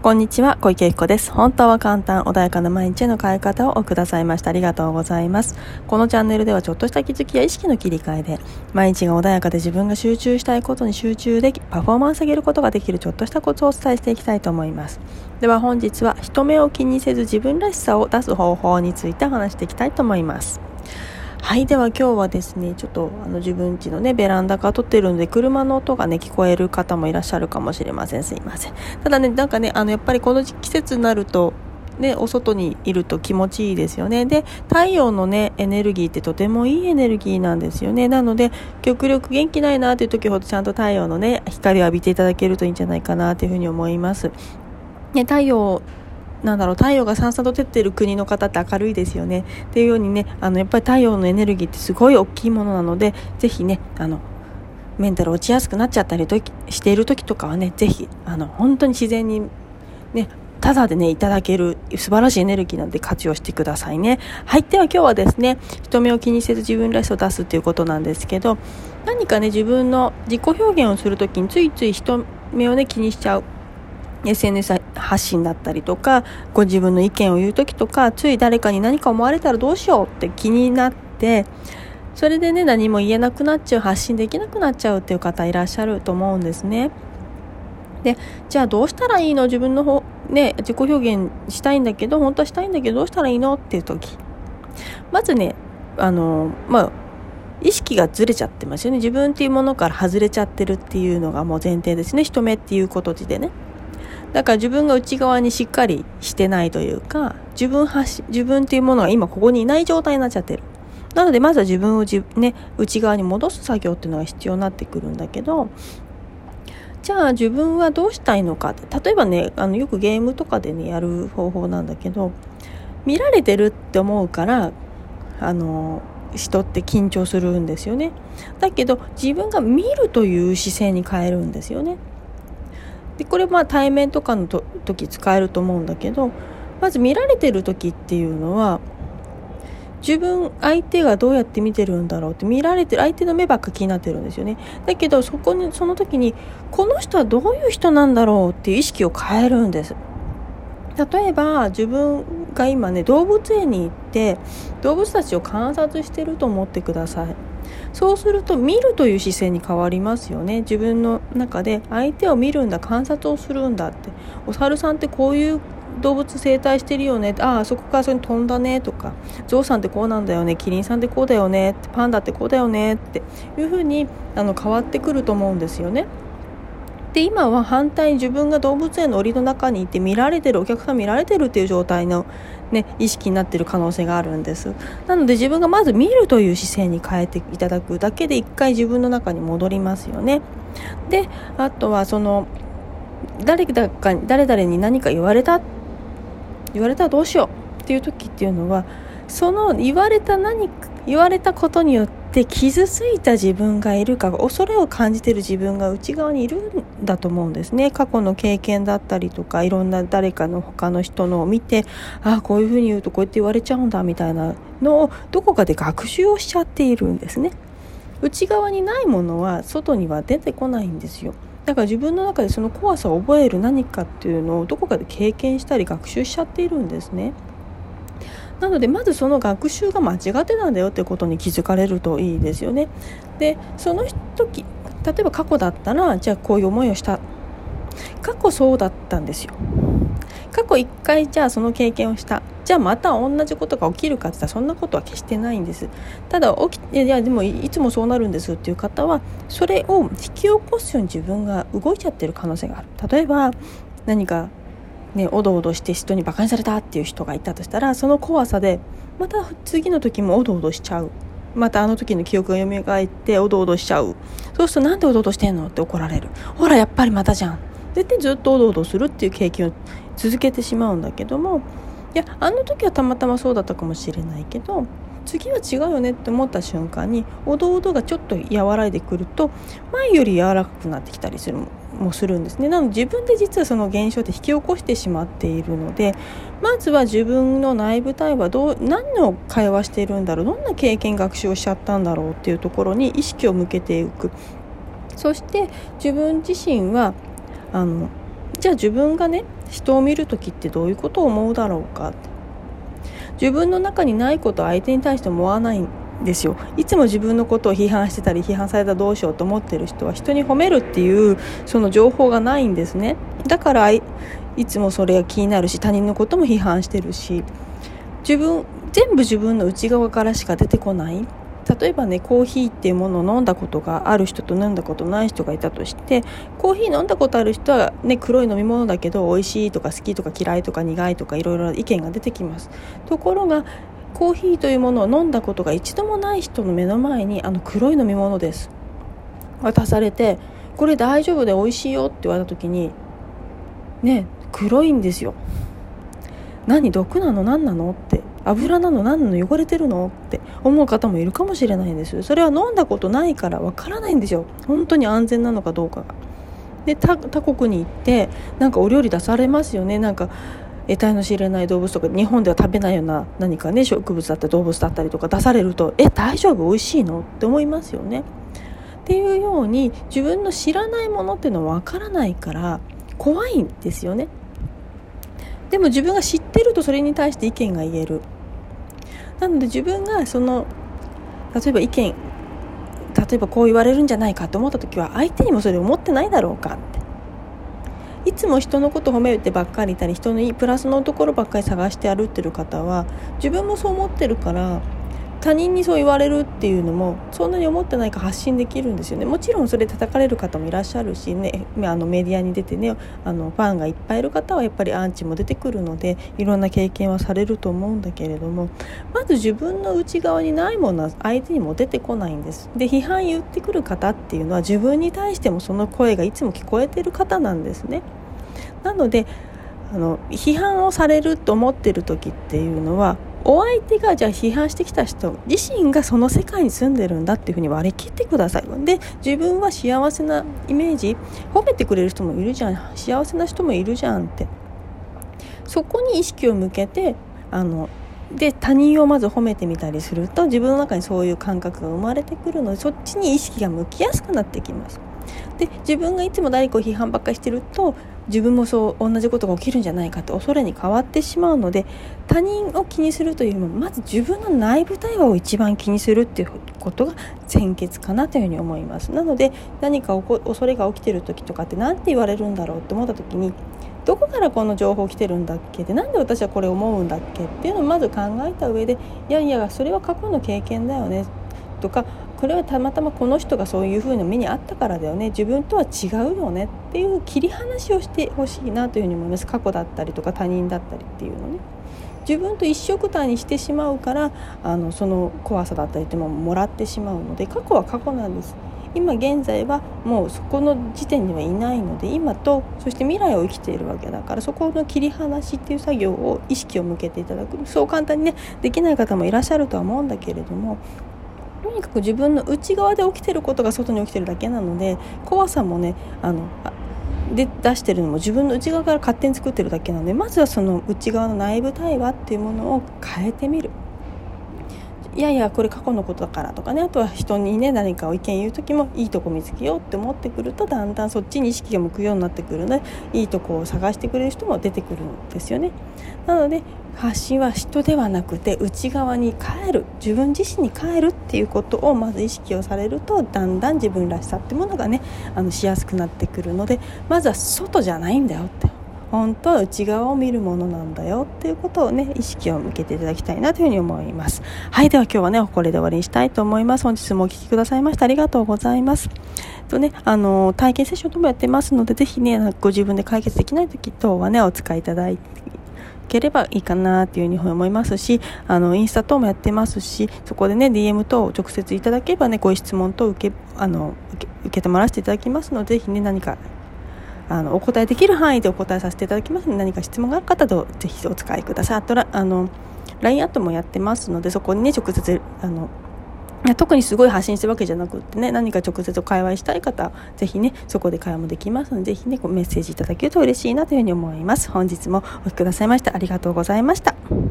こんにちは、小池由紀子です。本当は簡単、穏やかな毎日への変え方をくださいました。ありがとうございます。このチャンネルではちょっとした気づきや意識の切り替えで、毎日が穏やかで自分が集中したいことに集中でき、パフォーマンス上げることができるちょっとしたコツをお伝えしていきたいと思います。では本日は、人目を気にせず自分らしさを出す方法について話していきたいと思います。はい、では今日はですね、ちょっと自分家のねベランダから撮ってるので車の音がね聞こえる方もいらっしゃるかもしれません。すいません。ただね、なんかねやっぱりこの季節になるとね、お外にいると気持ちいいですよね。で、太陽のねエネルギーってとてもいいエネルギーなんですよね。なので極力元気ないなっていう時ほどちゃんと太陽のね光を浴びていただけるといいんじゃないかなというふうに思います。ね、太陽がさんさんと照っている国の方って明るいですよね。っていうようにね、やっぱり太陽のエネルギーってすごい大きいものなので、ぜひね、メンタル落ちやすくなっちゃったりしている時とかはね、ぜひ本当に自然にね、ただでねいただける素晴らしいエネルギーなので活用してくださいね。はい、では今日はですね、人目を気にせず自分らしさを出すということなんですけど、何かね自分の自己表現をするときについつい人目をね気にしちゃう。SNS 発信だったりとか、ご自分の意見を言うときとか、つい誰かに何か思われたらどうしようって気になって、それでね何も言えなくなっちゃう、発信できなくなっちゃうっていう方いらっしゃると思うんですね。で、じゃあどうしたらいいの、自分のね自己表現したいんだけど、本当はしたいんだけどどうしたらいいのっていう時、まずね意識がずれちゃってますよね。自分っていうものから外れちゃってるっていうのがもう前提ですね。人目っていうことでね。だから自分が内側にしっかりしてないというか、自分っていうものが今ここにいない状態になっちゃってる。なのでまずは自分を内側に戻す作業っていうのが必要になってくるんだけど、じゃあ自分はどうしたいのかって、例えばねよくゲームとかでねやる方法なんだけど、見られてるって思うから人って緊張するんですよね。だけど自分が見るという姿勢に変えるんですよね。でこれ対面とかの時使えると思うんだけど、まず見られてる時っていうのは、相手がどうやって見てるんだろうって、見られてる相手の目ばっか気になってるんですよね。だけどその時にこの人はどういう人なんだろうっていう意識を変えるんです。例えば自分が今ね動物園に行って動物たちを観察してると思ってください。そうすると見るという姿勢に変わりますよね。自分の中で相手を見るんだ、観察をするんだって、お猿さんってこういう動物生態してるよね、あそこからそこに飛んだねとか、ゾウさんってこうなんだよね、キリンさんってこうだよね、パンダってこうだよねっていう風に変わってくると思うんですよね。で今は反対に自分が動物園の檻の中にいてお客さん見られてるっていう状態の、意識になっている可能性があるんです。なので自分がまず見るという姿勢に変えていただくだけで一回自分の中に戻りますよね。であとは誰々に何か言われたらどうしようっていう時っていうのは、その言われたことによって傷ついた自分がいるか、恐れを感じている自分が内側にいるんだと思うんですね。過去の経験だったりとか、いろんな誰かの他の人のを見て、こういうふうに言うとこうやって言われちゃうんだみたいなのをどこかで学習をしちゃっているんですね。内側にないものは外には出てこないんですよ。だから自分の中でその怖さを覚える何かっていうのをどこかで経験したり学習しちゃっているんですね。なのでまずその学習が間違ってたんだよってことに気づかれるといいですよね。でその時、例えば過去だったら、じゃあこういう思いをした、過去そうだったんですよ。過去一回じゃあその経験をした、じゃあまた同じことが起きるかって言ったらそんなことは決してないんです。ただでもいつもそうなるんですっていう方は、それを引き起こすように自分が動いちゃってる可能性がある。例えば何かおどおどして人にバカにされたっていう人がいたとしたら、その怖さでまた次の時もおどおどしちゃう。またあの時の記憶が蘇っておどおどしちゃう。そうすると、なんでおどおどしてんのって怒られる。ほらやっぱりまたじゃんでずっとおどおどするっていう経験を続けてしまうんだけども、いやあの時はたまたまそうだったかもしれないけど、次は違うよねって思った瞬間におどおどがちょっと和らいでくると、前より柔らかくなってきたりするんですね。なので自分で実はその現象って引き起こしてしまっているので、まずは自分の内部体は何の会話しているんだろう、どんな経験学習をしちゃったんだろうっていうところに意識を向けていく。そして自分自身はじゃあ自分がね人を見るときってどういうことを思うだろうかって。自分の中にないことを相手に対して思わないんですよ。いつも自分のことを批判してたり、批判されたらどうしようと思ってる人は人に褒めるっていうその情報がないんですね。だからいつもそれが気になるし、他人のことも批判してるし、全部自分の内側からしか出てこない。例えばね、コーヒーっていうものを飲んだことがある人と飲んだことない人がいたとして、コーヒー飲んだことある人はね、黒い飲み物だけど美味しいとか好きとか嫌いとか苦いとかいろいろ意見が出てきます。ところがコーヒーというものを飲んだことが一度もない人の目の前に黒い飲み物です渡されて、これ大丈夫で美味しいよって言われた時にね、黒いんですよ。何、毒なの、何なのって、油なの、何なの、汚れてるのって思う方もいるかもしれないんです。それは飲んだことないからわからないんですよ、本当に安全なのかどうかが。で、他国に行ってなんかお料理出されますよね。なんか得体の知れない動物とか、日本では食べないような何かね、植物だったり動物だったりとか出されると、大丈夫、美味しいのって思いますよね。っていうように自分の知らないものっていうのはわからないから怖いんですよね。でも自分が知ってるとそれに対して意見が言える。なので自分が例えば例えばこう言われるんじゃないかと思った時は、相手にもそれを思ってないだろうかって。いつも人のことを褒めてばっかりいたり、人のプラスのところばっかり探して歩ってる方は、自分もそう思ってるから他人にそう言われるっていうのもそんなに思ってないから発信できるんですよね。もちろんそれで叩かれる方もいらっしゃるしね、メディアに出てね、ファンがいっぱいいる方はやっぱりアンチも出てくるので、いろんな経験はされると思うんだけれども、まず自分の内側にないものは相手にも出てこないんです。で、批判言ってくる方っていうのは自分に対してもその声がいつも聞こえてる方なんですね。なので批判をされると思ってる時っていうのは、お相手がじゃあ批判してきた人自身がその世界に住んでるんだっていうふうに割り切ってください。で、自分は幸せなイメージ、褒めてくれる人もいるじゃん、幸せな人もいるじゃんって、そこに意識を向けてで、他人をまず褒めてみたりすると、自分の中にそういう感覚が生まれてくるので、そっちに意識が向きやすくなってきます。で、自分がいつも誰かを批判ばっかりしてると、自分もそう同じことが起きるんじゃないかって恐れに変わってしまうので、他人を気にするというよりもまず自分の内部対話を一番気にするっていうことが先決かなというふうに思います。なので、何か恐れが起きてる時とかって何て言われるんだろうって思った時に、どこからこの情報来てるんだっけで、なんで私はこれ思うんだっけっていうのをまず考えた上で、いやいやそれは過去の経験だよねとか、これはたまたまこの人がそういう風な目にあったからだよね、自分とは違うよねっていう切り離しをしてほしいなというふうに思います。過去だったりとか他人だったりっていうのね、自分と一緒くたにしてしまうからその怖さだったりっていうのももらってしまうので、過去は過去なんです。今現在はもうそこの時点にはいないので、今とそして未来を生きているわけだから、そこの切り離しっていう作業を意識を向けていただく。そう簡単にねできない方もいらっしゃるとは思うんだけれども、とにかく自分の内側で起きてることが外に起きてるだけなので、怖さもねで出してるのも自分の内側から勝手に作ってるだけなので、まずはその内側の内部対話っていうものを変えてみる。いやいやこれ過去のことだからとかね、あとは人にね何かを意見言う時もいいとこ見つけようって思ってくると、だんだんそっちに意識が向くようになってくるので、いいとこを探してくれる人も出てくるんですよね。なので発信は人ではなくて内側に帰る、自分自身に帰るっていうことをまず意識をされると、だんだん自分らしさってものがねしやすくなってくるので、まずは外じゃないんだよって、本当は内側を見るものなんだよっていうことをね意識を向けていただきたいなというふうに思います。はい、では今日はねこれで終わりにしたいと思います。本日もお聞きくださいましてありがとうございます。とね、体験セッションともやってますので、ぜひねご自分で解決できない時等はねお使いいただいければいいかなというふうに思いますし、インスタ等もやってますし、そこでね DM 等を直接いただければねご質問等受けてもらわせていただきますので、ぜひね何かお答えできる範囲でお答えさせていただきますので、何か質問がある方とぜひお使いください。あとLINE アットもやってますので、そこにね直接特にすごい発信してるわけじゃなくってね、何か直接会話したい方はぜひねそこで会話もできますので、ぜひねメッセージいただけると嬉しいなというふうに思います。本日もお聞きくださいましてありがとうございました。